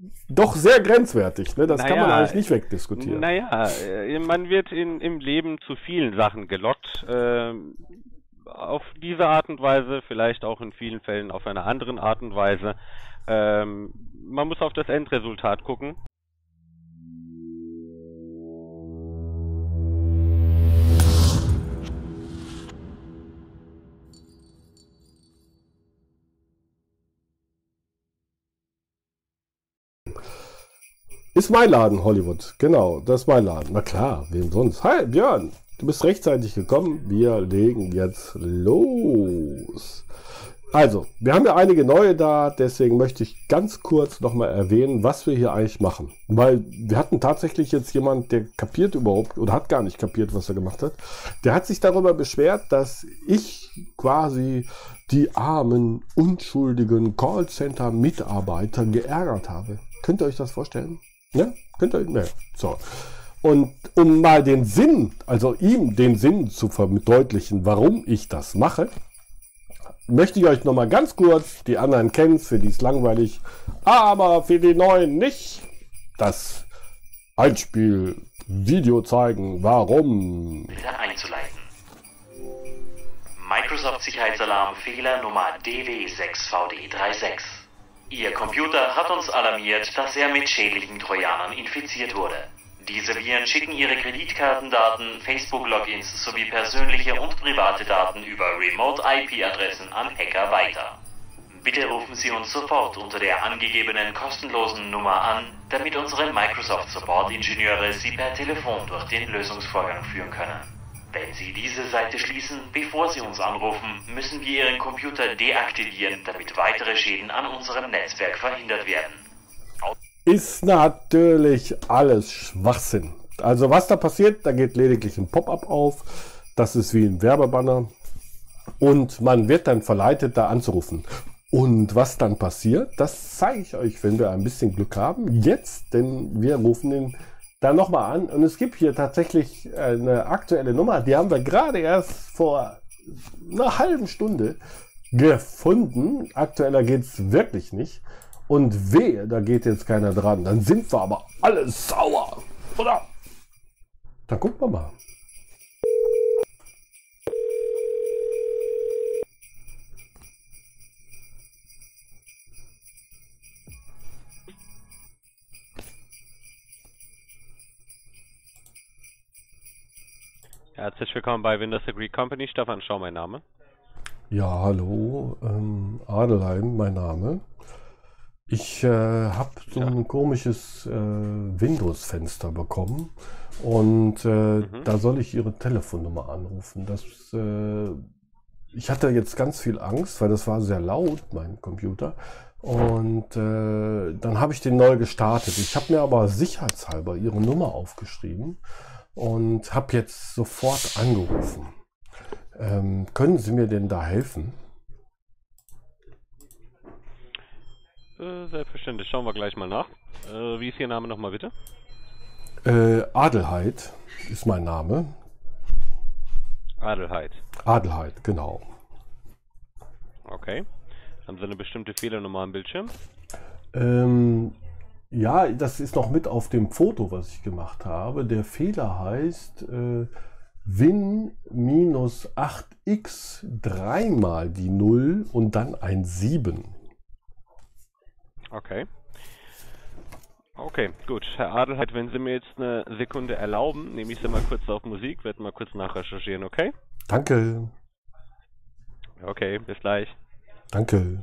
doch sehr grenzwertig. Ne? Das kann man Naja, eigentlich nicht wegdiskutieren. naja, man wird im Leben zu vielen Sachen gelockt. Auf diese Art und Weise, vielleicht auch in vielen Fällen auf einer anderen Art und Weise. Man muss auf das Endresultat gucken. Ist mein Laden, Hollywood. Genau, das ist mein Laden. Na klar, wem sonst? Hi, Björn. Du bist rechtzeitig gekommen. Wir legen jetzt los. Also, wir haben ja einige neue da, deswegen möchte ich ganz kurz nochmal erwähnen, was wir hier eigentlich machen. Weil wir hatten tatsächlich jetzt jemand, der kapiert überhaupt oder hat gar nicht kapiert, was er gemacht hat. Der hat sich darüber beschwert, dass ich quasi die armen, unschuldigen Callcenter-Mitarbeiter geärgert habe. Könnt ihr euch das vorstellen? Ja? Könnt ihr? Ne. So. Und um mal den Sinn, also ihm den Sinn zu verdeutlichen, warum ich das mache, möchte ich euch noch mal ganz kurz, die anderen kennen es, für die ist langweilig, aber für die Neuen nicht, das Einspiel-Video zeigen, warum. Bitte einzuleiten. Microsoft-Sicherheitsalarm Fehler Nummer DW6VD36. Ihr Computer hat uns alarmiert, dass er mit schädlichen Trojanern infiziert wurde. Diese Viren schicken ihre Kreditkartendaten, Facebook-Logins sowie persönliche und private Daten über Remote-IP-Adressen an Hacker weiter. Bitte rufen Sie uns sofort unter der angegebenen kostenlosen Nummer an, damit unsere Microsoft-Support-Ingenieure Sie per Telefon durch den Lösungsvorgang führen können. Wenn Sie diese Seite schließen, bevor Sie uns anrufen, müssen wir Ihren Computer deaktivieren, damit weitere Schäden an unserem Netzwerk verhindert werden. Ist natürlich alles Schwachsinn. Also was da passiert, da geht lediglich ein Pop-up auf. Das ist wie ein Werbebanner. Und man wird dann verleitet, da anzurufen. Und was dann passiert, das zeige ich euch, wenn wir ein bisschen Glück haben. Jetzt, denn wir rufen den da nochmal an. Und es gibt hier tatsächlich eine aktuelle Nummer. Die haben wir gerade erst vor einer halben Stunde gefunden. Aktueller geht es wirklich nicht. Und wehe, da geht jetzt keiner dran. Dann sind wir aber alle sauer, oder? Dann gucken wir mal. Herzlich willkommen bei Windows Degree Company. Stefan Schau, mein Name. Ja, hallo, Adelheim, mein Name. Ich habe so ein komisches Windows-Fenster bekommen und da soll ich Ihre Telefonnummer anrufen. Ich hatte jetzt ganz viel Angst, weil das war sehr laut, mein Computer. Und dann habe ich den neu gestartet. Ich habe mir aber sicherheitshalber Ihre Nummer aufgeschrieben und habe jetzt sofort angerufen. Können Sie mir denn da helfen? Selbstverständlich. Schauen wir gleich mal nach. Wie ist Ihr Name nochmal bitte? Adelheid ist mein Name. Adelheid. Adelheid, genau. Okay. Haben Sie eine bestimmte Fehlernummer am Bildschirm? Ja, das ist noch mit auf dem Foto, was ich gemacht habe. Der Fehler heißt Win-8x dreimal die 0 und dann ein 7. Okay. Okay, gut. Herr Adelheid, wenn Sie mir jetzt eine Sekunde erlauben, nehme ich Sie mal kurz auf Musik, werde mal kurz nachrecherchieren, okay? Danke. Okay, bis gleich. Danke.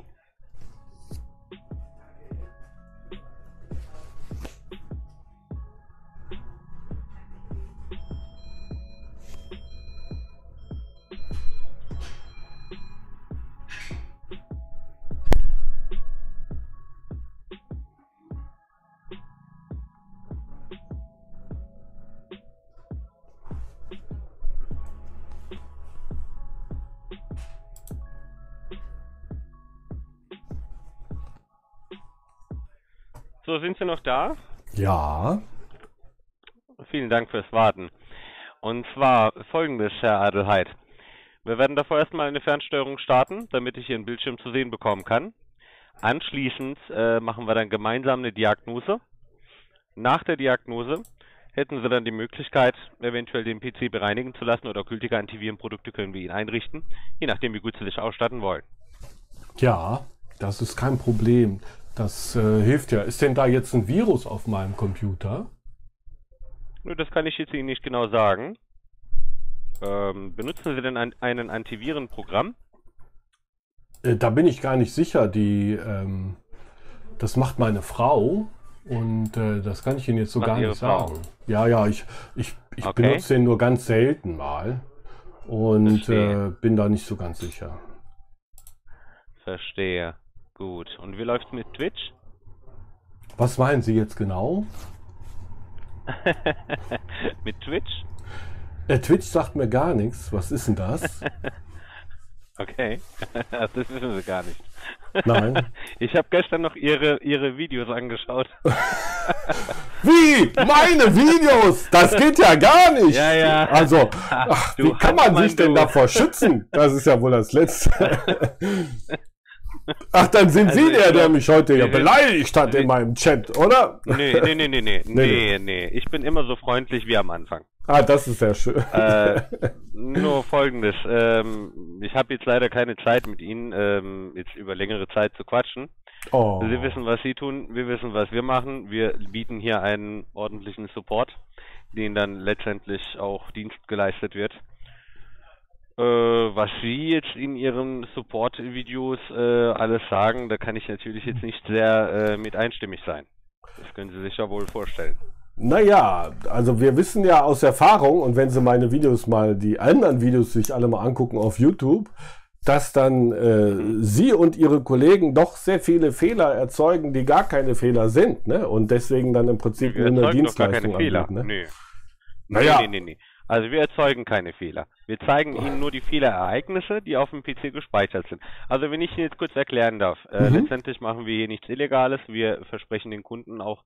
So, sind Sie noch da? Ja. Vielen Dank fürs Warten. Und zwar folgendes, Herr Adelheid. Wir werden davor erstmal eine Fernsteuerung starten, damit ich Ihren Bildschirm zu sehen bekommen kann. Anschließend machen wir dann gemeinsam eine Diagnose. Nach der Diagnose hätten Sie dann die Möglichkeit, eventuell den PC bereinigen zu lassen oder gültige Antivirenprodukte können wir Ihnen einrichten, je nachdem, wie gut Sie sich ausstatten wollen. Ja, das ist kein Problem. Das hilft ja. Ist denn da jetzt ein Virus auf meinem Computer? Nur das kann ich jetzt Ihnen nicht genau sagen. Benutzen Sie denn ein Antivirenprogramm? Da bin ich gar nicht sicher. Das macht meine Frau und das kann ich Ihnen jetzt so gar nicht sagen. Ja, ich Okay. benutze den nur ganz selten mal und Verstehe. bin da nicht so ganz sicher. Verstehe. Gut. Und wie läuft's mit Twitch? Was meinen Sie jetzt genau? Mit Twitch? Twitch sagt mir gar nichts. Was ist denn das? Okay. Das wissen Sie gar nicht. Nein. Ich habe gestern noch Ihre Videos angeschaut. Wie? Meine Videos? Das geht ja gar nicht. Ja, ja. Also, Du wie kann man Hansmann, sich denn du. davor schützen? Das ist ja wohl das Letzte. Ach, dann sind Also Sie ich der glaub, mich heute ja wir- beleidigt hat in meinem Chat, oder? Nee. Ich bin immer so freundlich wie am Anfang. Ah, das ist sehr schön. Nur Folgendes. Ich habe jetzt leider keine Zeit mit Ihnen, jetzt über längere Zeit zu quatschen. Oh. Sie wissen, was Sie tun, wir wissen, was wir machen. Wir bieten hier einen ordentlichen Support, den dann letztendlich auch Dienst geleistet wird. Was Sie jetzt in Ihren Support-Videos alles sagen, da kann ich natürlich jetzt nicht sehr mit einstimmig sein. Das können Sie sich ja wohl vorstellen. Naja, also wir wissen ja aus Erfahrung, und wenn Sie meine Videos mal, die anderen Videos sich alle mal angucken auf YouTube, dass dann Sie und Ihre Kollegen doch sehr viele Fehler erzeugen, die gar keine Fehler sind, ne? Und deswegen dann im Prinzip Wir nur eine erzeugen doch gar Dienstleistung keine Fehler. anbieten, ne? Nö. Naja. Nee. Also wir erzeugen keine Fehler. Wir zeigen Ihnen nur die Fehlerereignisse, die auf dem PC gespeichert sind. Also wenn ich Ihnen jetzt kurz erklären darf, letztendlich machen wir hier nichts Illegales. Wir versprechen den Kunden auch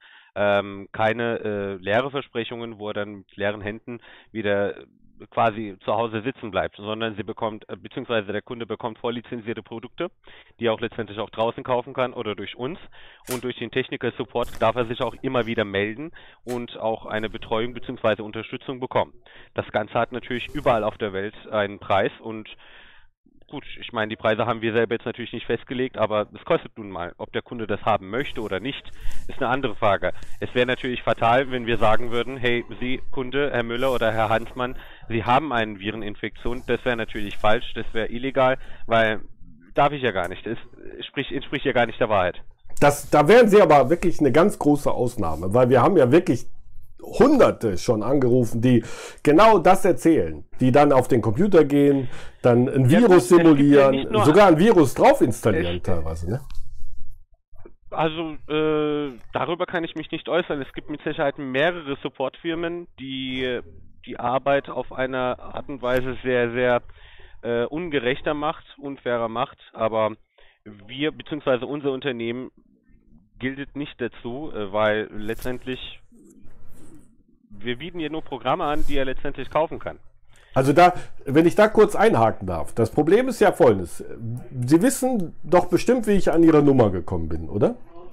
keine leere Versprechungen, wo er dann mit leeren Händen wieder quasi zu Hause sitzen bleibt, sondern sie bekommt, beziehungsweise der Kunde bekommt vorlizenzierte Produkte, die er auch letztendlich auch draußen kaufen kann oder durch uns, und durch den Techniker-Support darf er sich auch immer wieder melden und auch eine Betreuung beziehungsweise Unterstützung bekommen. Das Ganze hat natürlich überall auf der Welt einen Preis und gut, ich meine, die Preise haben wir selber jetzt natürlich nicht festgelegt, aber es kostet nun mal. Ob der Kunde das haben möchte oder nicht, ist eine andere Frage. Es wäre natürlich fatal, wenn wir sagen würden, hey, Sie, Kunde, Herr Müller oder Herr Hansmann, Sie haben eine Vireninfektion. Das wäre natürlich falsch, das wäre illegal, weil darf ich ja gar nicht. Es entspricht ja gar nicht der Wahrheit. Da wären Sie aber wirklich eine ganz große Ausnahme, weil wir haben ja wirklich Hunderte schon angerufen, die genau das erzählen, die dann auf den Computer gehen, dann ein Ja, Virus gut, es gibt ja simulieren, nicht nur- sogar ein Virus drauf installieren teilweise, ne? Also darüber kann ich mich nicht äußern. Es gibt mit Sicherheit mehrere Supportfirmen, die die Arbeit auf eine Art und Weise sehr, sehr ungerechter macht, unfairer macht. Aber wir bzw. unser Unternehmen gilt nicht dazu, weil letztendlich wir bieten ja nur Programme an, die er letztendlich kaufen kann. Also wenn ich da kurz einhaken darf, das Problem ist ja folgendes. Sie wissen doch bestimmt, wie ich an Ihre Nummer gekommen bin, oder?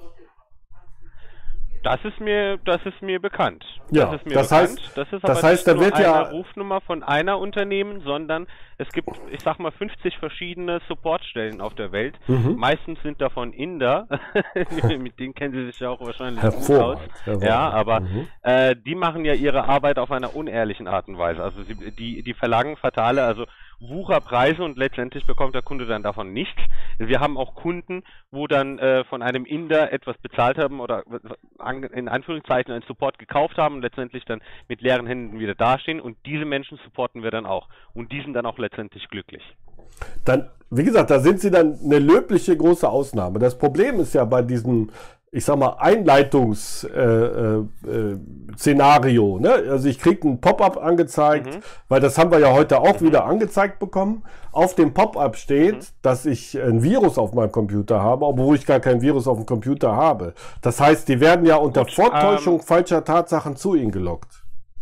Das ist mir bekannt. Ja, das ist mir das bekannt. heißt- Das ist das aber heißt, nicht da nur wird eine ja- Rufnummer von einer Unternehmen, sondern es gibt, ich sag mal, 50 verschiedene Supportstellen auf der Welt. Meistens sind davon Inder. Mit denen kennen Sie sich ja auch wahrscheinlich gut aus. Hervorragend. Ja, aber die machen ja ihre Arbeit auf einer unehrlichen Art und Weise. Also die verlangen fatale, also Wucherpreise, und letztendlich bekommt der Kunde dann davon nichts. Wir haben auch Kunden, wo dann von einem Inder etwas bezahlt haben oder in Anführungszeichen einen Support gekauft haben und letztendlich dann mit leeren Händen wieder dastehen, und diese Menschen supporten wir dann auch und die sind dann auch letztendlich glücklich. Dann, wie gesagt, da sind Sie dann eine löbliche große Ausnahme. Das Problem ist ja bei diesem, ich sag mal, Einleitungs-Szenario, ne? Also ich kriege ein Pop-up angezeigt, weil das haben wir ja heute auch wieder angezeigt bekommen. Auf dem Pop-up steht, dass ich ein Virus auf meinem Computer habe, obwohl ich gar kein Virus auf dem Computer habe. Das heißt, die werden ja unter Vortäuschung falscher Tatsachen zu Ihnen gelockt.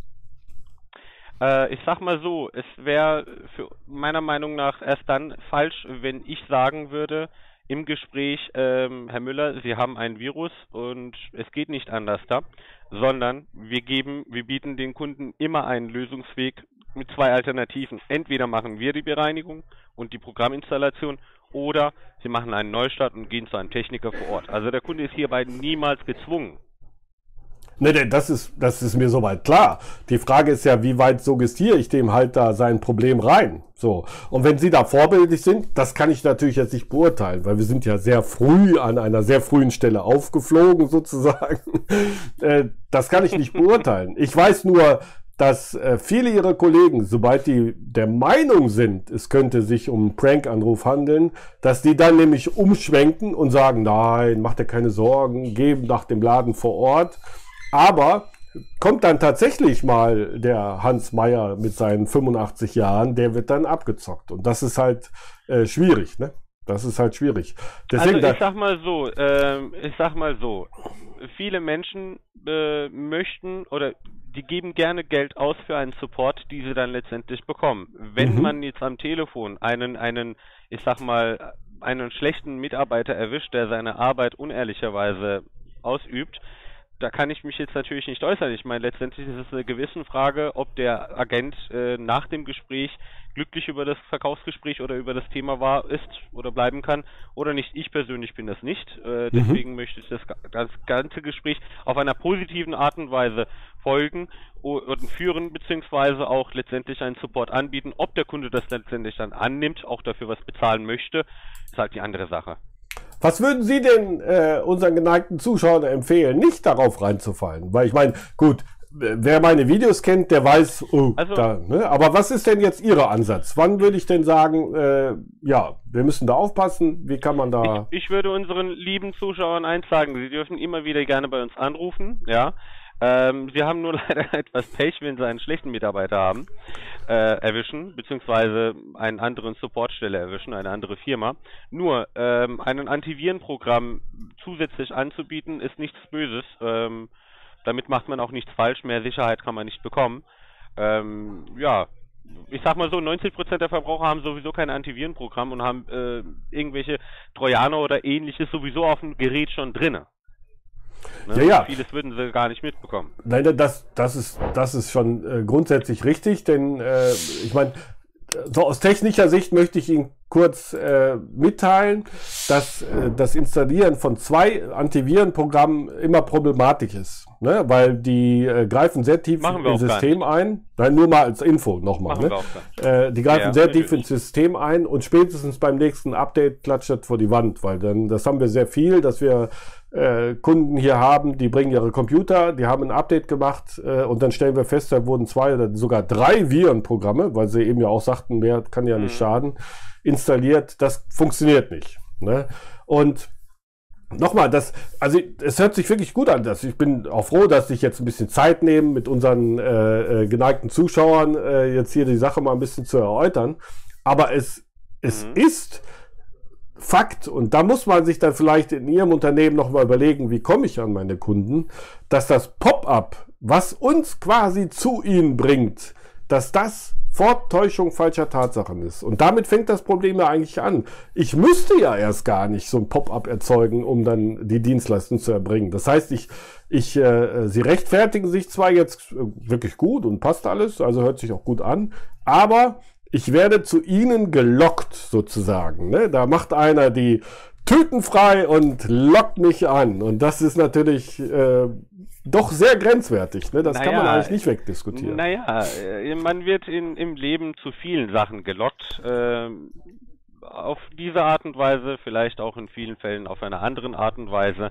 Ich sag mal so, es wäre meiner Meinung nach erst dann falsch, wenn ich sagen würde, im Gespräch, Herr Müller, Sie haben ein Virus und es geht nicht anders da, sondern wir bieten den Kunden immer einen Lösungsweg mit zwei Alternativen. Entweder machen wir die Bereinigung und die Programminstallation oder Sie machen einen Neustart und gehen zu einem Techniker vor Ort. Also der Kunde ist hierbei niemals gezwungen. Ne, das ist mir soweit klar. Die Frage ist ja, wie weit suggestiere ich dem halt da sein Problem rein? So. Und wenn Sie da vorbildlich sind, das kann ich natürlich jetzt nicht beurteilen, weil wir sind ja sehr früh an einer sehr frühen Stelle aufgeflogen sozusagen. Das kann ich nicht beurteilen. Ich weiß nur, dass viele Ihrer Kollegen, sobald die der Meinung sind, es könnte sich um einen Prank-Anruf handeln, dass die dann nämlich umschwenken und sagen, nein, macht dir keine Sorgen, geben nach dem Laden vor Ort. Aber kommt dann tatsächlich mal der Hans Meyer mit seinen 85 Jahren, der wird dann abgezockt. Und das ist halt schwierig, ne? Das ist halt schwierig. Deswegen also ich sag mal so, viele Menschen möchten oder die geben gerne Geld aus für einen Support, die sie dann letztendlich bekommen. Wenn man jetzt am Telefon einen schlechten Mitarbeiter erwischt, der seine Arbeit unehrlicherweise ausübt, da kann ich mich jetzt natürlich nicht äußern. Ich meine, letztendlich ist es eine Gewissensfrage, ob der Agent nach dem Gespräch glücklich über das Verkaufsgespräch oder über das Thema ist oder bleiben kann oder nicht. Ich persönlich bin das nicht. Deswegen möchte ich das ganze Gespräch auf einer positiven Art und Weise folgen und führen, beziehungsweise auch letztendlich einen Support anbieten. Ob der Kunde das letztendlich dann annimmt, auch dafür was bezahlen möchte, ist halt die andere Sache. Was würden Sie denn unseren geneigten Zuschauern empfehlen, nicht darauf reinzufallen? Weil ich meine, gut, wer meine Videos kennt, der weiß, ne? Aber was ist denn jetzt Ihr Ansatz? Wann würde ich denn sagen, ja, wir müssen da aufpassen, wie kann man da... Ich würde unseren lieben Zuschauern eins sagen, sie dürfen immer wieder gerne bei uns anrufen, ja. Sie haben nur leider etwas Pech, wenn Sie einen schlechten Mitarbeiter haben, erwischen, beziehungsweise einen anderen Supportstelle erwischen, eine andere Firma. Nur, ein Antivirenprogramm zusätzlich anzubieten, ist nichts Böses. Damit macht man auch nichts falsch, mehr Sicherheit kann man nicht bekommen. Ja, ich sag mal so, 90% der Verbraucher haben sowieso kein Antivirenprogramm und haben irgendwelche Trojaner oder ähnliches sowieso auf dem Gerät schon drinne. Ne? Ja. Vieles würden sie gar nicht mitbekommen. Nein, das ist schon grundsätzlich richtig, denn ich meine, so aus technischer Sicht möchte ich Ihnen kurz mitteilen, dass das Installieren von zwei Antivirenprogrammen immer problematisch ist, ne? Weil die greifen sehr tief ins System ein. Nein, nur mal als Info nochmal. Ne? Die greifen sehr tief ins System ein und spätestens beim nächsten Update klatscht das vor die Wand, weil dann, das haben wir sehr viel, dass wir Kunden hier haben, die bringen ihre Computer, die haben ein Update gemacht und dann stellen wir fest, da wurden 2 oder sogar 3 Virenprogramme, weil sie eben ja auch sagten, mehr kann ja nicht schaden, installiert. Das funktioniert nicht. Ne? Und nochmal, also es hört sich wirklich gut an. Ich bin auch froh, dass ich jetzt ein bisschen Zeit nehme, mit unseren geneigten Zuschauern jetzt hier die Sache mal ein bisschen zu erläutern. Aber es ist Fakt, und da muss man sich dann vielleicht in Ihrem Unternehmen nochmal überlegen, wie komme ich an meine Kunden, dass das Pop-up, was uns quasi zu Ihnen bringt, dass das Vortäuschung falscher Tatsachen ist. Und damit fängt das Problem ja eigentlich an. Ich müsste ja erst gar nicht so ein Pop-up erzeugen, um dann die Dienstleistung zu erbringen. Das heißt, Sie rechtfertigen sich zwar jetzt wirklich gut und passt alles, also hört sich auch gut an, aber ich werde zu Ihnen gelockt, sozusagen. Ne? Da macht einer die Tüten frei und lockt mich an. Und das ist natürlich doch sehr grenzwertig. Ne? Das kann man eigentlich nicht wegdiskutieren. Naja, man wird im Leben zu vielen Sachen gelockt. Auf diese Art und Weise, vielleicht auch in vielen Fällen auf einer anderen Art und Weise.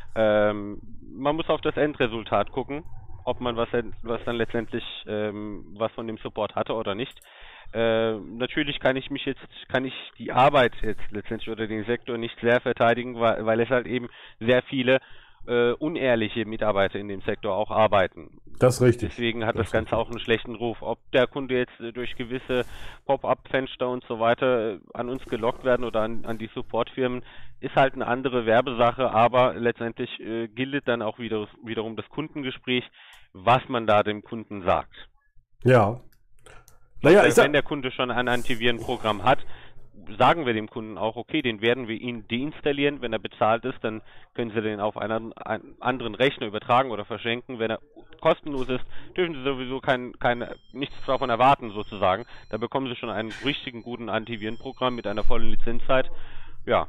Man muss auf das Endresultat gucken, ob man was dann letztendlich was von dem Support hatte oder nicht. Natürlich kann ich die Arbeit jetzt letztendlich oder den Sektor nicht sehr verteidigen, weil es halt eben sehr viele unehrliche Mitarbeiter in dem Sektor auch arbeiten. Das ist richtig. Deswegen hat das Ganze auch einen schlechten Ruf. Ob der Kunde jetzt durch gewisse Pop-up-Fenster und so weiter an uns gelockt werden oder an die Supportfirmen, ist halt eine andere Werbesache, aber letztendlich gilt dann auch wiederum das Kundengespräch, was man da dem Kunden sagt. Ja. Naja, wenn der Kunde schon ein Antivirenprogramm hat, sagen wir dem Kunden auch, okay, den werden wir Ihnen deinstallieren. Wenn er bezahlt ist, dann können Sie den auf einen anderen Rechner übertragen oder verschenken. Wenn er kostenlos ist, dürfen Sie sowieso nichts davon erwarten, sozusagen. Da bekommen Sie schon einen richtigen guten Antivirenprogramm mit einer vollen Lizenzzeit. Ja.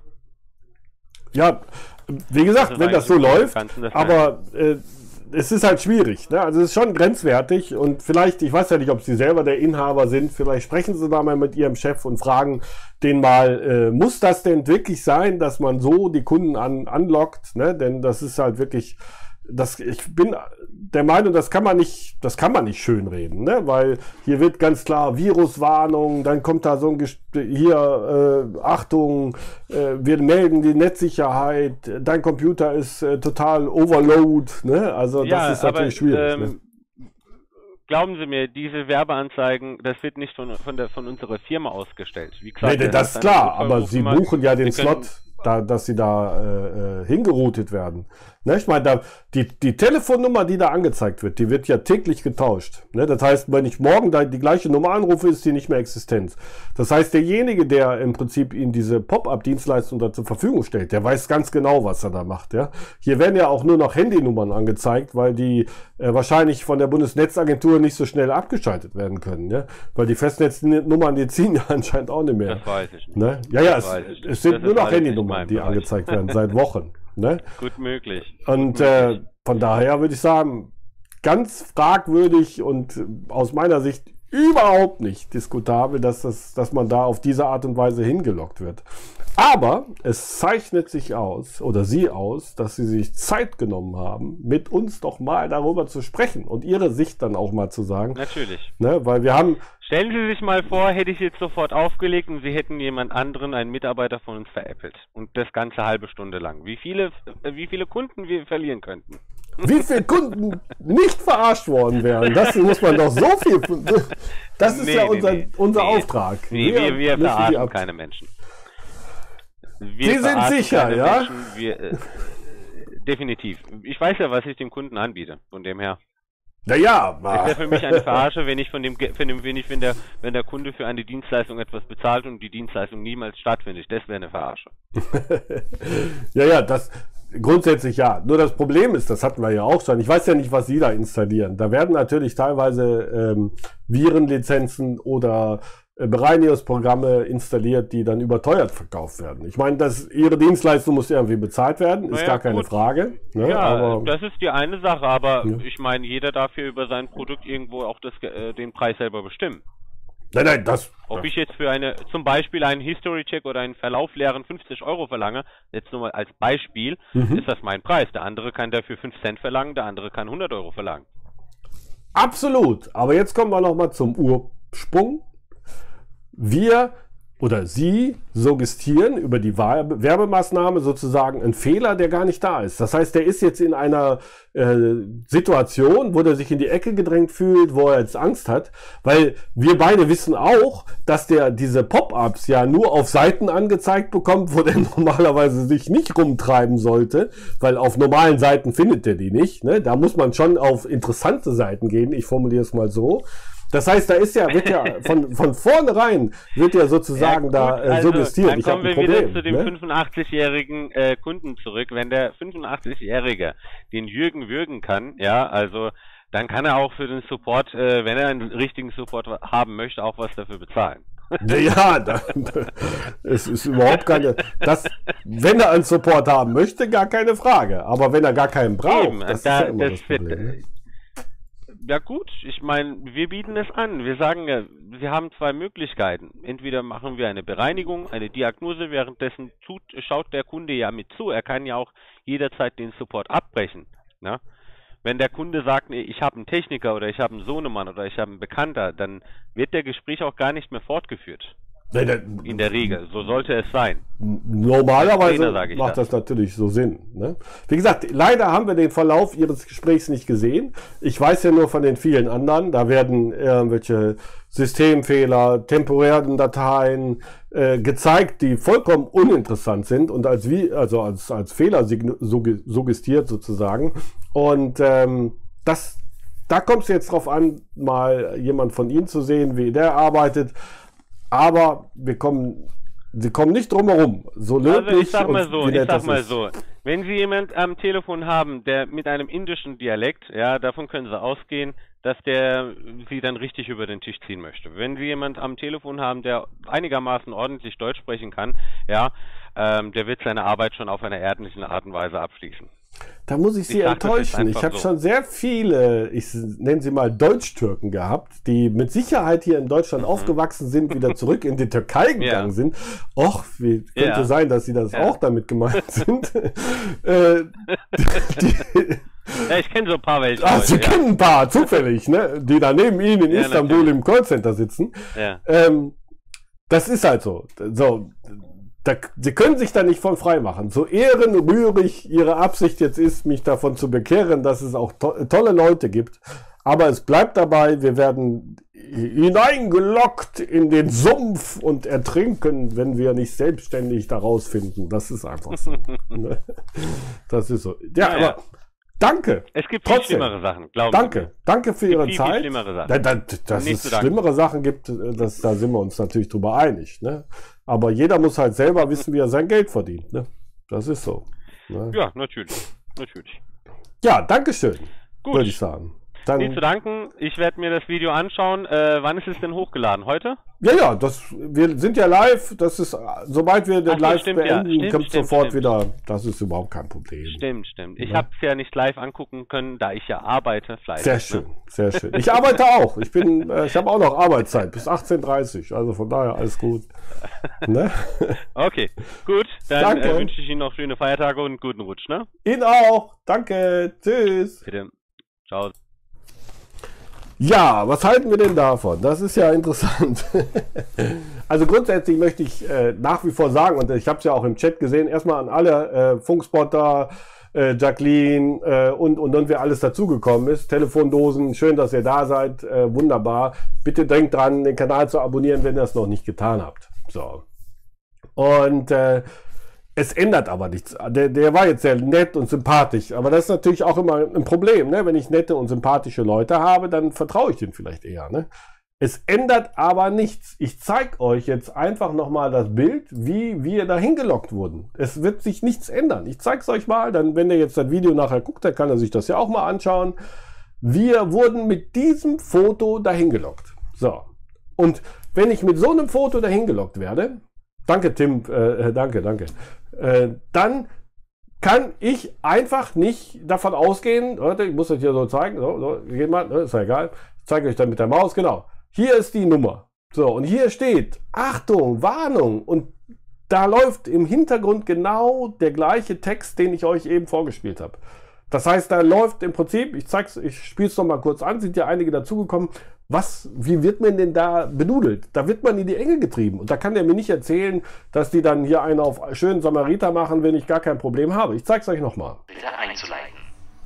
Ja, wie gesagt, wenn das so läuft, aber es ist halt schwierig, ne? Also es ist schon grenzwertig und vielleicht, ich weiß ja nicht, ob Sie selber der Inhaber sind, vielleicht sprechen Sie da mal mit Ihrem Chef und fragen den mal, muss das denn wirklich sein, dass man so die Kunden anlockt, ne? Denn das ist halt wirklich, ich bin der Meinung, das kann man nicht schönreden, ne? Weil hier wird ganz klar Viruswarnung, dann kommt da so ein Achtung, wir melden die Netzsicherheit, dein Computer ist total overload, ne? Also ja, das ist natürlich schwierig. Ne? Glauben Sie mir, diese Werbeanzeigen, das wird nicht von unserer Firma ausgestellt. Wie gesagt, nee, das ist klar, aber Sie buchen ja den Slot, dass Sie da hingeroutet werden. Ne, ich meine, die Telefonnummer, die da angezeigt wird, die wird ja täglich getauscht. Ne, das heißt, wenn ich morgen da die gleiche Nummer anrufe, ist die nicht mehr existent. Das heißt, derjenige, der im Prinzip Ihnen diese Pop-up-Dienstleistung da zur Verfügung stellt, der weiß ganz genau, was er da macht. Ja? Hier werden ja auch nur noch Handynummern angezeigt, weil die wahrscheinlich von der Bundesnetzagentur nicht so schnell abgeschaltet werden können. Ja? Weil die Festnetznummern, die ziehen ja anscheinend auch nicht mehr. Das weiß ich nicht. Ne? Ja, es sind nur noch Handynummern, die angezeigt werden, seit Wochen. Ne? Gut möglich. Und von daher würde ich sagen, ganz fragwürdig und aus meiner Sicht überhaupt nicht diskutabel, dass man da auf diese Art und Weise hingelockt wird. Aber es zeichnet sich aus, oder Sie aus, dass Sie sich Zeit genommen haben, mit uns doch mal darüber zu sprechen und Ihre Sicht dann auch mal zu sagen. Natürlich. Ne, weil wir haben... Stellen Sie sich mal vor, hätte ich jetzt sofort aufgelegt und Sie hätten jemand anderen, einen Mitarbeiter von uns veräppelt. Und das ganze halbe Stunde lang. Wie viele Kunden wir verlieren könnten. Wie viele Kunden nicht verarscht worden wären. Das muss man doch so viel... Das ist unser Auftrag. Wir verarschen keine Menschen. Sie sind sicher, ja? Menschen, definitiv. Ich weiß ja, was ich dem Kunden anbiete. Von dem her. Naja, es wäre für mich eine Verarsche, wenn der Kunde für eine Dienstleistung etwas bezahlt und die Dienstleistung niemals stattfindet. Das wäre eine Verarsche. Ja, das grundsätzlich ja. Nur das Problem ist, das hatten wir ja auch schon. Ich weiß ja nicht, was Sie da installieren. Da werden natürlich teilweise Virenlizenzen oder Bereinigungsprogramme installiert, die dann überteuert verkauft werden. Ich meine, Ihre Dienstleistung muss irgendwie bezahlt werden, ist gar keine Frage. Ne? Ja, aber das ist die eine Sache, aber ich meine, jeder darf hier über sein Produkt irgendwo auch den Preis selber bestimmen. Nein, Ob ich jetzt für zum Beispiel einen History-Check oder einen verlaufleeren 50 € verlange, jetzt nur mal als Beispiel, ist das mein Preis. Der andere kann dafür 5 Cent verlangen, der andere kann 100 € verlangen. Absolut. Aber jetzt kommen wir nochmal zum Ursprung. Wir oder Sie suggestieren über die Werbemaßnahme sozusagen einen Fehler, der gar nicht da ist. Das heißt, der ist jetzt in einer Situation, wo der sich in die Ecke gedrängt fühlt, wo er jetzt Angst hat, weil wir beide wissen auch, dass der diese Pop-ups ja nur auf Seiten angezeigt bekommt, wo der normalerweise sich nicht rumtreiben sollte, weil auf normalen Seiten findet der die nicht. Ne? Da muss man schon auf interessante Seiten gehen, ich formuliere es mal so. Das heißt, wird ja von vornherein sozusagen suggestiert. Dann kommen wir wieder zu dem 85-jährigen Kunden zurück. Wenn der 85-Jährige den Jürgen würgen kann, ja, also dann kann er auch für den Support, wenn er einen richtigen Support haben möchte, auch was dafür bezahlen. Ja, es ist überhaupt wenn er einen Support haben möchte, gar keine Frage. Aber wenn er gar keinen braucht, das ist ja immer das Problem. Ja gut, ich meine, wir bieten es an. Wir sagen ja, wir haben zwei Möglichkeiten. Entweder machen wir eine Bereinigung, eine Diagnose, währenddessen schaut der Kunde ja mit zu. Er kann ja auch jederzeit den Support abbrechen. Ne? Wenn der Kunde sagt, ich habe einen Techniker oder ich habe einen Sohnemann oder ich habe einen Bekannter, dann wird der Gespräch auch gar nicht mehr fortgeführt. In der Regel, so sollte es sein. Normalerweise macht das natürlich so Sinn. Ne? Wie gesagt, leider haben wir den Verlauf Ihres Gesprächs nicht gesehen. Ich weiß ja nur von den vielen anderen. Da werden irgendwelche Systemfehler, temporären Dateien gezeigt, die vollkommen uninteressant sind und als Fehler suggestiert sozusagen. Und da kommt es jetzt drauf an, mal jemand von Ihnen zu sehen, wie der arbeitet. Aber wir kommen Sie kommen nicht drum herum. So löblich Also ich sag mal und so, wenn Sie jemand am Telefon haben, der mit einem indischen Dialekt, ja, davon können Sie ausgehen, dass der Sie dann richtig über den Tisch ziehen möchte. Wenn Sie jemand am Telefon haben, der einigermaßen ordentlich Deutsch sprechen kann, ja, der wird seine Arbeit schon auf einer ordentlichen Art und Weise abschließen. Da muss ich Sie enttäuschen. Ich habe schon sehr viele, ich nenne sie mal Deutsch-Türken gehabt, die mit Sicherheit hier in Deutschland aufgewachsen sind, wieder zurück in die Türkei gegangen sind. Och, wie könnte sein, dass Sie das auch damit gemeint sind. Ja, ich kenne so ein paar welche. Ach, Sie kennen ein paar, zufällig, ne? Die da neben Ihnen in Istanbul natürlich im Callcenter sitzen. Ja. Das ist halt so. Sie können sich da nicht von frei machen. So ehrenrührig Ihre Absicht jetzt ist, mich davon zu bekehren, dass es auch tolle Leute gibt. Aber es bleibt dabei, wir werden hineingelockt in den Sumpf und ertrinken, wenn wir nicht selbstständig da rausfinden. Das ist einfach so. Das ist so. Ja, aber danke. Es gibt viel schlimmere Sachen, glaube ich. Danke für Ihre Zeit. Viel schlimmere Sachen. Dass es schlimmere Sachen gibt, da sind wir uns natürlich drüber einig. Ne? Aber jeder muss halt selber wissen, wie er sein Geld verdient. Ne? Das ist so. Ne? Ja, natürlich. Ja, Dankeschön, würde ich sagen. Dann, nicht zu danken. Ich werde mir das Video anschauen. Wann ist es denn hochgeladen? Heute? Ja, wir sind ja live. Das ist, sobald wir den Live beenden, kommt sofort wieder. Das ist überhaupt kein Problem. Stimmt. Ich habe es ja nicht live angucken können, da ich ja arbeite. Sehr schön. Ich arbeite auch. Ich habe auch noch Arbeitszeit bis 18:30 Uhr. Also von daher alles gut. Ne? Okay, gut. Dann wünsche ich Ihnen noch schöne Feiertage und einen guten Rutsch. Ne? Ihnen auch. Danke. Tschüss. Bitte. Ciao. Ja, was halten wir denn davon? Das ist ja interessant. Also grundsätzlich möchte ich nach wie vor sagen, und ich habe es ja auch im Chat gesehen, erstmal an alle Funkspotter, Jacqueline und wer alles dazugekommen ist. Telefondosen, schön, dass ihr da seid, wunderbar. Bitte denkt dran, den Kanal zu abonnieren, wenn ihr es noch nicht getan habt. So. Und es ändert aber nichts. Der war jetzt sehr nett und sympathisch, aber das ist natürlich auch immer ein Problem, ne? Wenn ich nette und sympathische Leute habe, dann vertraue ich denen vielleicht eher, ne? Es ändert aber nichts. Ich zeige euch jetzt einfach nochmal das Bild, wie wir da hingelockt wurden. Es wird sich nichts ändern. Ich zeige es euch mal, dann, wenn ihr jetzt das Video nachher guckt, dann kann er sich das ja auch mal anschauen. Wir wurden mit diesem Foto dahin gelockt. So. Und wenn ich mit so einem Foto dahin gelockt werde, danke Tim, danke. Dann kann ich einfach nicht davon ausgehen, Leute, ich muss das hier so zeigen, so geht mal, ist ja egal, ich zeige euch dann mit der Maus, genau, hier ist die Nummer, so, und hier steht, Achtung, Warnung, und da läuft im Hintergrund genau der gleiche Text, den ich euch eben vorgespielt habe. Das heißt, da läuft im Prinzip, ich spiele es noch mal kurz an, sind ja einige dazugekommen, wie wird man denn da benudelt? Da wird man in die Enge getrieben. Und da kann der mir nicht erzählen, dass die dann hier einen auf schönen Samariter machen, wenn ich gar kein Problem habe. Ich zeige es euch nochmal. Bitte einzuleiten.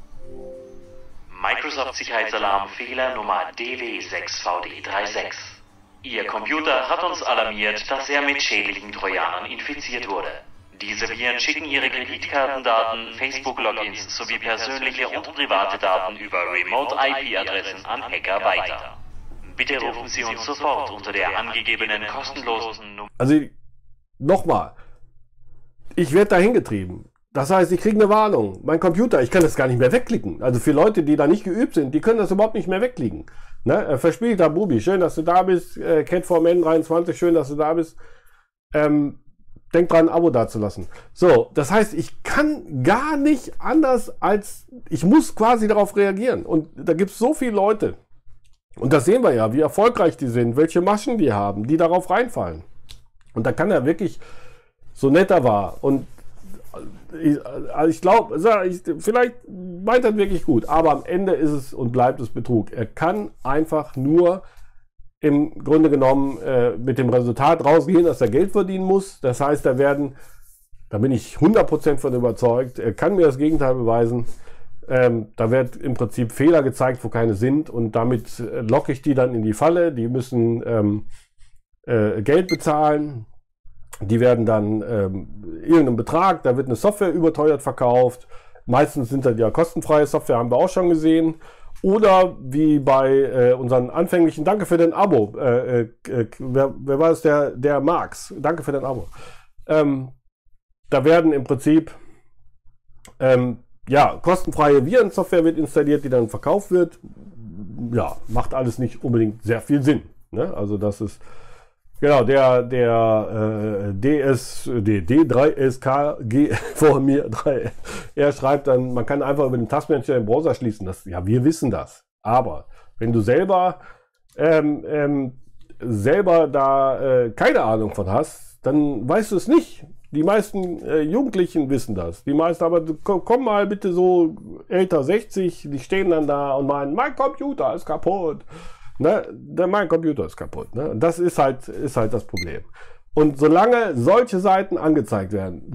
Microsoft-Sicherheitsalarm Fehler Nummer DW6VD36. Ihr Computer hat uns alarmiert, dass er mit schädlichen Trojanern infiziert wurde. Diese Viren schicken ihre Kreditkartendaten, Facebook-Logins sowie persönliche und private Daten über Remote-IP-Adressen an Hacker weiter. Bitte rufen Sie uns sofort unter der angegebenen kostenlosen Nummer. Also nochmal, ich werde dahin getrieben. Das heißt, ich kriege eine Warnung. Mein Computer, ich kann das gar nicht mehr wegklicken. Also für Leute, die da nicht geübt sind, die können das überhaupt nicht mehr wegklicken. Ne? Verspielter Bubi, schön, dass du da bist. Catform23, schön, dass du da bist. Denk dran, ein Abo dazulassen. So, das heißt, ich kann gar nicht anders als, ich muss quasi darauf reagieren. Und da gibt es so viele Leute. Und das sehen wir ja, wie erfolgreich die sind, welche Maschen die haben, die darauf reinfallen. Und da kann er wirklich, so nett er war, und ich glaube, vielleicht meint er wirklich gut, aber am Ende ist es und bleibt es Betrug. Er kann einfach nur im Grunde genommen mit dem Resultat rausgehen, dass er Geld verdienen muss. Das heißt, da bin ich 100% von überzeugt, er kann mir das Gegenteil beweisen. Da wird im Prinzip Fehler gezeigt, wo keine sind, und damit locke ich die dann in die Falle. Die müssen Geld bezahlen. Die werden dann irgendeinen Betrag, da wird eine Software überteuert verkauft. Meistens sind das ja kostenfreie Software, haben wir auch schon gesehen. Oder wie bei unseren anfänglichen, danke für dein Abo. Wer war es? Der Marx. Danke für dein Abo. Da werden im Prinzip kostenfreie Virensoftware wird installiert, die dann verkauft wird. Ja, macht alles nicht unbedingt sehr viel Sinn. Ne? Also das ist genau der D3SKG vor mir 3. Er schreibt dann, man kann einfach über den Taskmanager den Browser schließen. Ja, wir wissen das. Aber wenn du selber da keine Ahnung von hast, dann weißt du es nicht. Die meisten Jugendlichen wissen das. Die meisten, aber komm mal bitte so älter 60, die stehen dann da und meinen, mein Computer ist kaputt. Ne? Mein Computer ist kaputt. Ne? Das ist halt das Problem. Und solange solche Seiten angezeigt werden,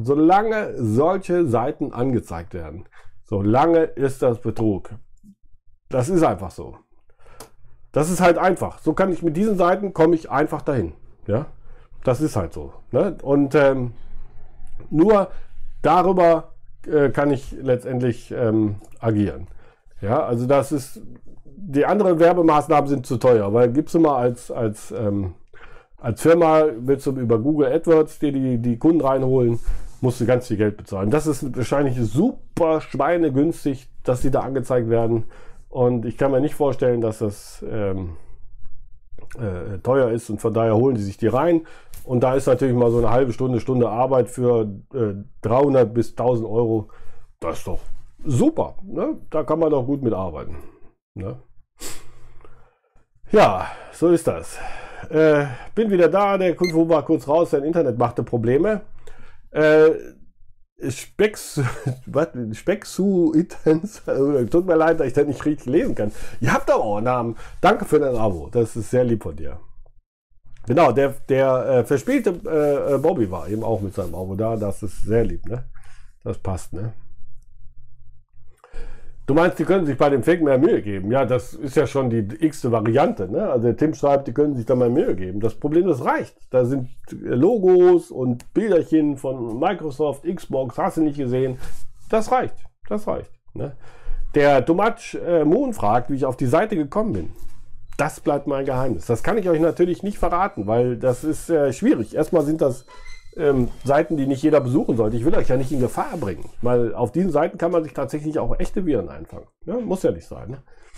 solange ist das Betrug. Das ist einfach so. Das ist halt einfach. So kann ich mit diesen Seiten, komme ich einfach dahin. Ja? Das ist halt so. Ne? Und nur darüber kann ich letztendlich agieren. Ja, also das ist, die anderen Werbemaßnahmen sind zu teuer, weil gibst du mal als Firma, willst du über Google AdWords dir die Kunden reinholen, musst du ganz viel Geld bezahlen. Das ist wahrscheinlich super schweinegünstig, dass sie da angezeigt werden. Und ich kann mir nicht vorstellen, dass das teuer ist und von daher holen die sich die rein. Und da ist natürlich mal so eine halbe Stunde Arbeit für 300 bis 1000 Euro. Das ist doch super. Ne? Da kann man doch gut mit arbeiten. Ne? Ja, so ist das. Bin wieder da. Der Kunde war kurz raus. Sein Internet machte Probleme. Specksu-Itens, tut mir leid, dass ich das nicht richtig lesen kann. Ihr habt aber auch einen Namen. Danke für dein Abo. Das ist sehr lieb von dir. Genau, der verspielte Bobby war eben auch mit seinem Abo da. Das ist sehr lieb, ne? Das passt, ne? Du meinst, die können sich bei dem Fake mehr Mühe geben? Ja, das ist ja schon die x-te Variante, ne? Also der Tim schreibt, die können sich da mal Mühe geben. Das Problem, das reicht. Da sind Logos und Bilderchen von Microsoft, Xbox, hast du nicht gesehen. Das reicht. Das reicht. Ne? Der Tomatsch Moon fragt, wie ich auf die Seite gekommen bin. Das bleibt mein Geheimnis. Das kann ich euch natürlich nicht verraten, weil das ist schwierig. Erstmal sind das Seiten, die nicht jeder besuchen sollte. Ich will euch ja nicht in Gefahr bringen, weil auf diesen Seiten kann man sich tatsächlich auch echte Viren einfangen. Ne? Muss ja nicht sein.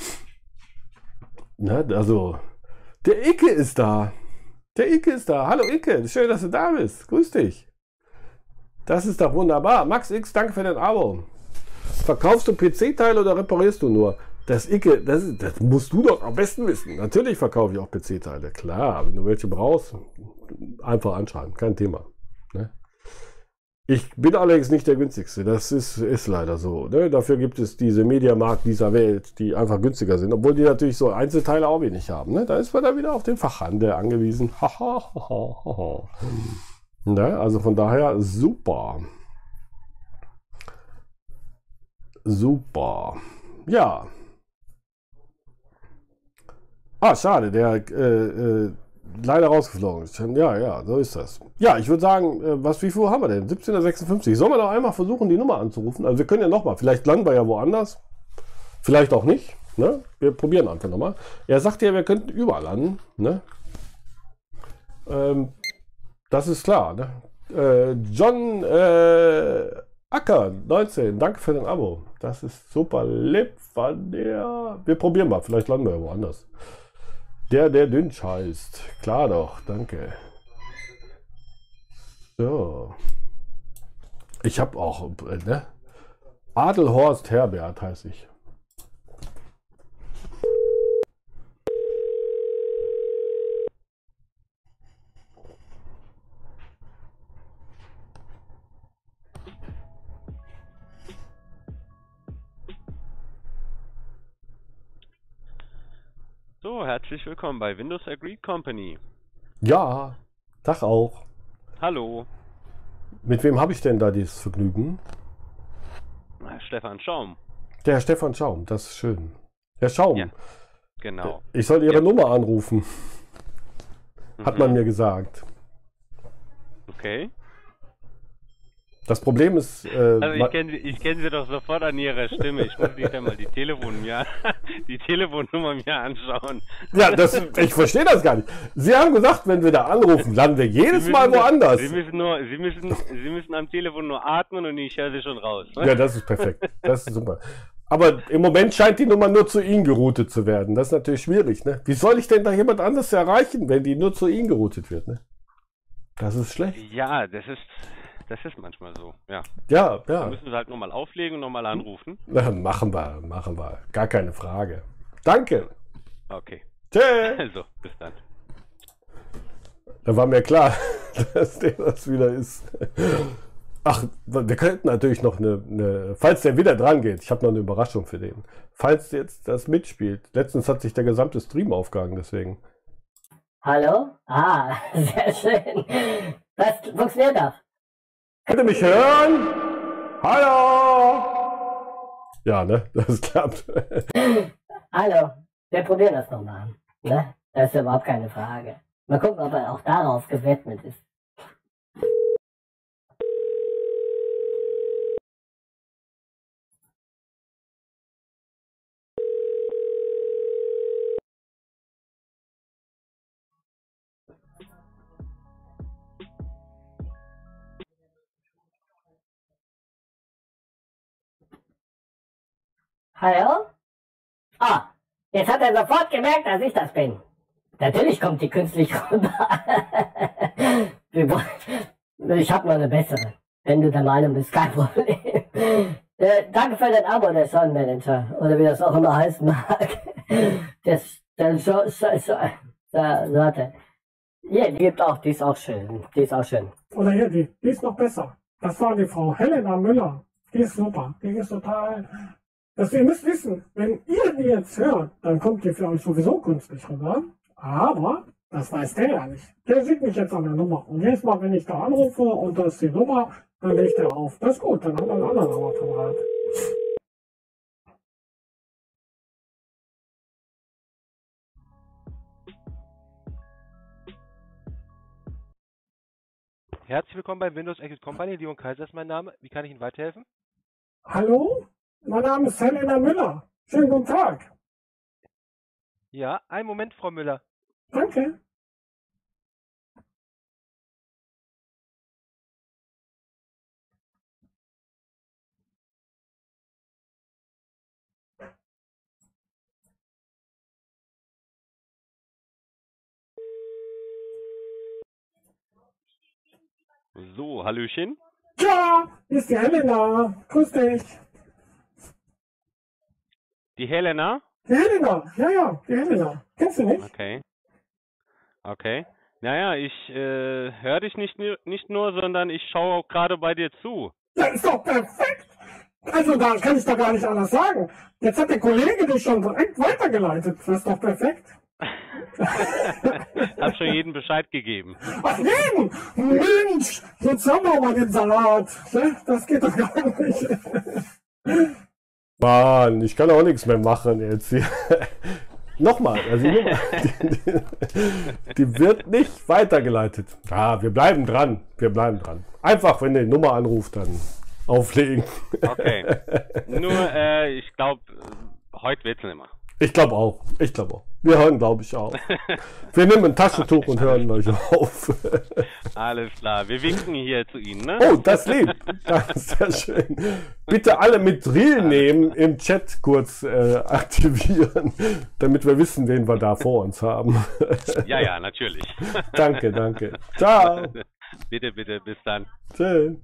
Ne? Also, der Icke ist da. Hallo Icke, schön, dass du da bist. Grüß dich. Das ist doch wunderbar. Max X, danke für dein Abo. Verkaufst du PC-Teile oder reparierst du nur? Das Icke, das musst du doch am besten wissen. Natürlich verkaufe ich auch PC-Teile. Klar, wenn du welche brauchst, einfach anschreiben. Kein Thema. Ne? Ich bin allerdings nicht der günstigste. Das ist leider so. Ne? Dafür gibt es diese Mediamarkt dieser Welt, die einfach günstiger sind. Obwohl die natürlich so Einzelteile auch wenig haben. Ne? Da ist man dann wieder auf den Fachhandel angewiesen. Ne? Also von daher super. Super. Ja. Schade, der leider rausgeflogen ist. Ja, so ist das. Ja, ich würde sagen, wie viel Uhr haben wir denn? 17:56. Sollen wir noch einmal versuchen, die Nummer anzurufen? Also wir können ja nochmal, vielleicht landen wir ja woanders. Vielleicht auch nicht. Ne? Wir probieren einfach nochmal. Er sagt ja, wir könnten überall landen. Ne? Das ist klar. Ne? John Acker 19, danke für dein Abo. Das ist super lieb von dir. Wir probieren mal, vielleicht landen wir ja woanders. Der Dünsch heißt. Klar doch, danke. So. Ich habe auch, ne? Adelhorst Herbert heiße ich. So, herzlich willkommen bei Windows Agreed Company. Ja, Tag auch. Hallo. Mit wem habe ich denn da dieses Vergnügen? Stefan Schaum. Der Herr Stefan Schaum, das ist schön. Herr Schaum. Ja, genau. Ich soll Ihre Nummer anrufen. Hat man mir gesagt. Okay. Das Problem ist... Also ich kenn sie doch sofort an ihrer Stimme. Ich muss nicht einmal die Telefonnummer mir anschauen. Ja, ich verstehe das gar nicht. Sie haben gesagt, wenn wir da anrufen, landen wir jedes Mal woanders. Sie müssen am Telefon nur atmen und ich höre sie schon raus. Ja, das ist perfekt. Das ist super. Aber im Moment scheint die Nummer nur zu Ihnen geroutet zu werden. Das ist natürlich schwierig, ne? Wie soll ich denn da jemand anderes erreichen, wenn die nur zu Ihnen geroutet wird, ne? Das ist schlecht. Ja, das ist manchmal so, ja. Ja. Dann müssen wir halt nochmal auflegen und nochmal anrufen. Na, machen wir. Gar keine Frage. Danke. Okay. Tschüss. Also, bis dann. Da war mir klar, dass der das wieder ist. Ach, wir könnten natürlich noch falls der wieder dran geht, ich habe noch eine Überraschung für den. Falls jetzt das mitspielt. Letztens hat sich der gesamte Stream aufgehangen, deswegen. Hallo? Ah, sehr schön. Das funktioniert doch. Könnt ihr mich hören? Hallo? Ja, ne? Das klappt. Hallo, wir probieren das nochmal. Ne? Das ist überhaupt keine Frage. Mal gucken, ob er auch darauf gewidmet ist. Hallo? Ah, jetzt hat er sofort gemerkt, dass ich das bin. Natürlich kommt die künstlich runter. Ich habe noch eine bessere. Wenn du der Meinung bist, kein Problem. Danke für den Abo, der Sonnenmanager. Oder wie das auch immer heißen mag. Sorte. Ja, die ist auch schön. Die ist auch schön. Oder hier, die ist noch besser. Das war die Frau Helena Müller. Die ist super. Die ist total... Ihr müsst wissen, wenn ihr die jetzt hört, dann kommt die für euch sowieso künstlich rüber. Aber das weiß der ja nicht. Der sieht mich jetzt an der Nummer. Und jedes Mal, wenn ich da anrufe und das ist die Nummer, dann legt er auf. Das ist gut, dann haben wir einen anderen Apparat. Herzlich willkommen bei Windows Exit Company. Leon Kaiser ist mein Name. Wie kann ich Ihnen weiterhelfen? Hallo? Mein Name ist Helena Müller. Schönen guten Tag. Ja, einen Moment, Frau Müller. Danke. So, Hallöchen. Ja, hier ist die Helena. Grüß dich. Die Helena? Die Helena, ja, die Helena. Kennst du nicht? Okay. Naja, ich höre dich nicht nur, sondern ich schaue auch gerade bei dir zu. Ja, ist doch perfekt. Also da kann ich doch gar nicht anders sagen. Jetzt hat der Kollege dich schon direkt weitergeleitet. Das ist doch perfekt. Hab schon jedem Bescheid gegeben. Ach jeden! Mensch! Jetzt haben wir mal den Salat. Das geht doch gar nicht. Mann, ich kann auch nichts mehr machen jetzt hier. Nochmal, also die wird nicht weitergeleitet. Ja, wir bleiben dran. Einfach, wenn die Nummer anruft, dann auflegen. Okay. Nur, ich glaube, heute wird's nicht mehr. Ich glaube auch. Wir hören, glaube ich, auf. Wir nehmen ein Taschentuch und hören gleich auf. Alles klar, wir winken hier zu Ihnen, ne? Oh, das lieb. Das ist sehr schön. Bitte alle mit Drill nehmen, im Chat kurz aktivieren, damit wir wissen, wen wir da vor uns haben. Ja, natürlich. Danke. Ciao. Bitte, bis dann. Tschüss.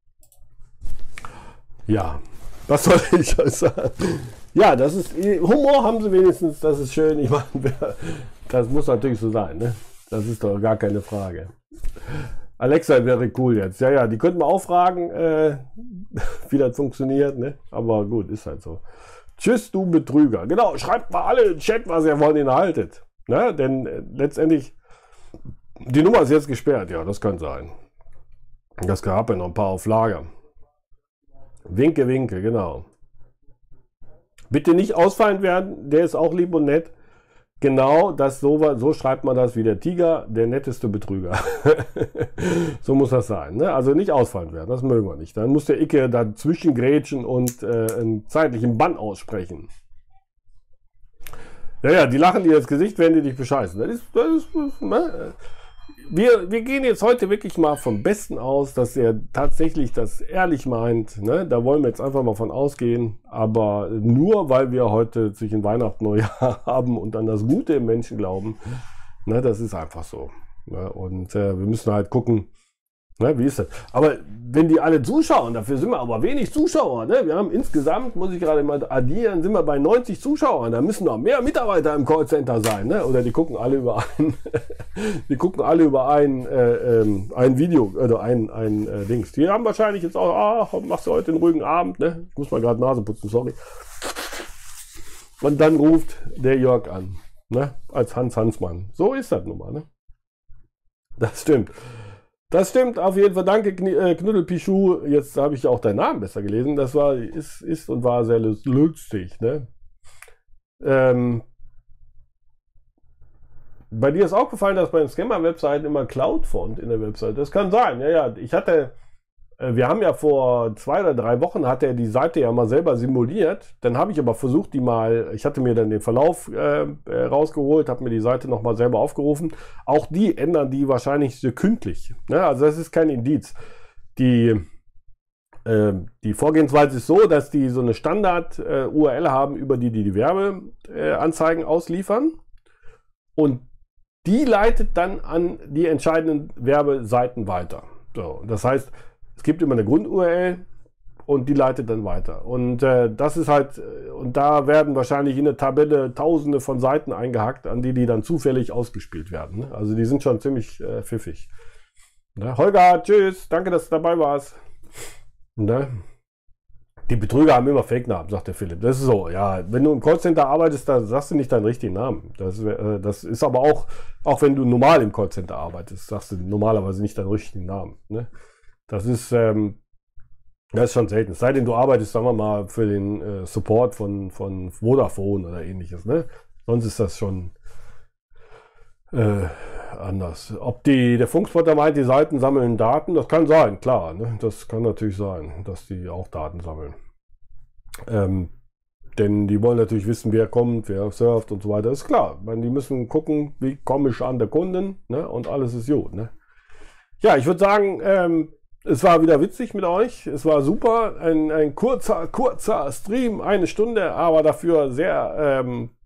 Ja, was soll ich euch sagen? Ja, das ist, Humor haben sie wenigstens, das ist schön. Ich meine, das muss natürlich so sein, ne? Das ist doch gar keine Frage. Alexa wäre cool jetzt. Ja, die könnten wir auch fragen, wie das funktioniert, ne? Aber gut, ist halt so. Tschüss, du Betrüger. Genau, schreibt mal alle in den Chat, was ihr von ihnen haltet. Ne? Denn letztendlich, die Nummer ist jetzt gesperrt. Ja, das kann sein. Das gab ja noch ein paar auf Lager. Winke, genau. Bitte nicht ausfallend werden, der ist auch lieb und nett. Genau, so schreibt man das wie der Tiger, der netteste Betrüger. So muss das sein. Ne? Also nicht ausfallen werden, das mögen wir nicht. Dann muss der Icke dazwischen grätschen und einen zeitlichen Bann aussprechen. Ja, die lachen dir ins Gesicht, wenn die dich bescheißen. Ne? Wir gehen jetzt heute wirklich mal vom Besten aus, dass er tatsächlich das ehrlich meint. Ne? Da wollen wir jetzt einfach mal von ausgehen. Aber nur weil wir heute zwischen Weihnachten und Neujahr haben und an das Gute im Menschen glauben, ne? Das ist einfach so. Ne? Und wir müssen halt gucken, ne? Wie ist das? Aber wenn die alle zuschauen, dafür sind wir aber wenig Zuschauer. Ne? Wir haben insgesamt, muss ich gerade mal addieren, sind wir bei 90 Zuschauern. Da müssen noch mehr Mitarbeiter im Callcenter sein. Ne? Oder die gucken alle über ein Video oder ein Dings. Die haben wahrscheinlich jetzt auch, machst du heute einen ruhigen Abend. Ne? Ich muss mal gerade Nase putzen, sorry. Und dann ruft der Jörg an. Ne? Als Hans Hansmann. So ist das nun mal. Ne? Das stimmt. Das stimmt, auf jeden Fall. Danke, Knuddelpichu. Jetzt habe ich auch deinen Namen besser gelesen. Das ist und war sehr lustig. Ne? Bei dir ist aufgefallen, dass bei den Scammer-Webseiten immer Cloud-Font in der Webseite. Das kann sein. Ja. Wir haben ja vor 2 oder 3 Wochen hat er die Seite ja mal selber simuliert. Dann habe ich aber versucht, ich hatte mir dann den Verlauf rausgeholt, habe mir die Seite nochmal selber aufgerufen. Auch die ändern die wahrscheinlich sekündlich. Ne? Also das ist kein Indiz. Die Vorgehensweise ist so, dass die so eine Standard-URL haben, über die Werbeanzeigen ausliefern. Und die leitet dann an die entscheidenden Werbeseiten weiter. So, das heißt, es gibt immer eine Grund-URL und die leitet dann weiter. Und das ist halt, und da werden wahrscheinlich in der Tabelle Tausende von Seiten eingehackt, an die dann zufällig ausgespielt werden. Ne? Also die sind schon ziemlich pfiffig. Ne? Holger, tschüss, danke, dass du dabei warst. Ne? Die Betrüger haben immer Fake-Namen, sagt der Philipp. Das ist so, ja. Wenn du im Callcenter arbeitest, da sagst du nicht deinen richtigen Namen. Das ist aber auch wenn du normal im Callcenter arbeitest, sagst du normalerweise nicht deinen richtigen Namen. Ne? Das ist schon selten. Es sei denn, du arbeitest, sagen wir mal, für den Support von Vodafone oder ähnliches. Ne? Sonst ist das schon anders. Ob der Funkspotter meint, die Seiten sammeln Daten, das kann sein, klar. Ne? Das kann natürlich sein, dass die auch Daten sammeln. Denn die wollen natürlich wissen, wer kommt, wer surft und so weiter. Das ist klar. Die müssen gucken, wie komme ich an der Kunden, ne? Und alles ist gut. Ne? Ja, ich würde sagen, es war wieder witzig mit euch. Es war super. Ein kurzer Stream, 1 Stunde, aber dafür sehr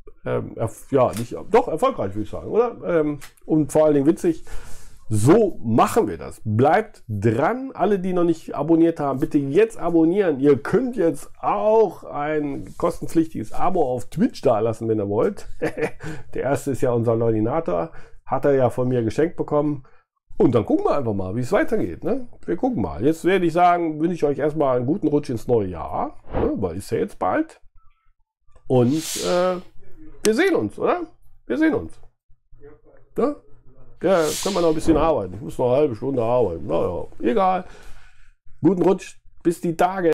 doch erfolgreich, würde ich sagen, oder? Und vor allen Dingen witzig. So machen wir das. Bleibt dran. Alle, die noch nicht abonniert haben, bitte jetzt abonnieren. Ihr könnt jetzt auch ein kostenpflichtiges Abo auf Twitch da lassen, wenn ihr wollt. Der erste ist ja unser Leudinator. Hat er ja von mir geschenkt bekommen. Und dann gucken wir einfach mal, wie es weitergeht. Ne? Wir gucken mal. Jetzt werde ich sagen, wünsche ich euch erstmal einen guten Rutsch ins neue Jahr. Ne? Weil ist ja jetzt bald. Und wir sehen uns, oder? Wir sehen uns. Ja? Ja, können wir noch ein bisschen arbeiten. Ich muss noch eine halbe Stunde arbeiten. Naja, egal. Guten Rutsch. Bis die Tage.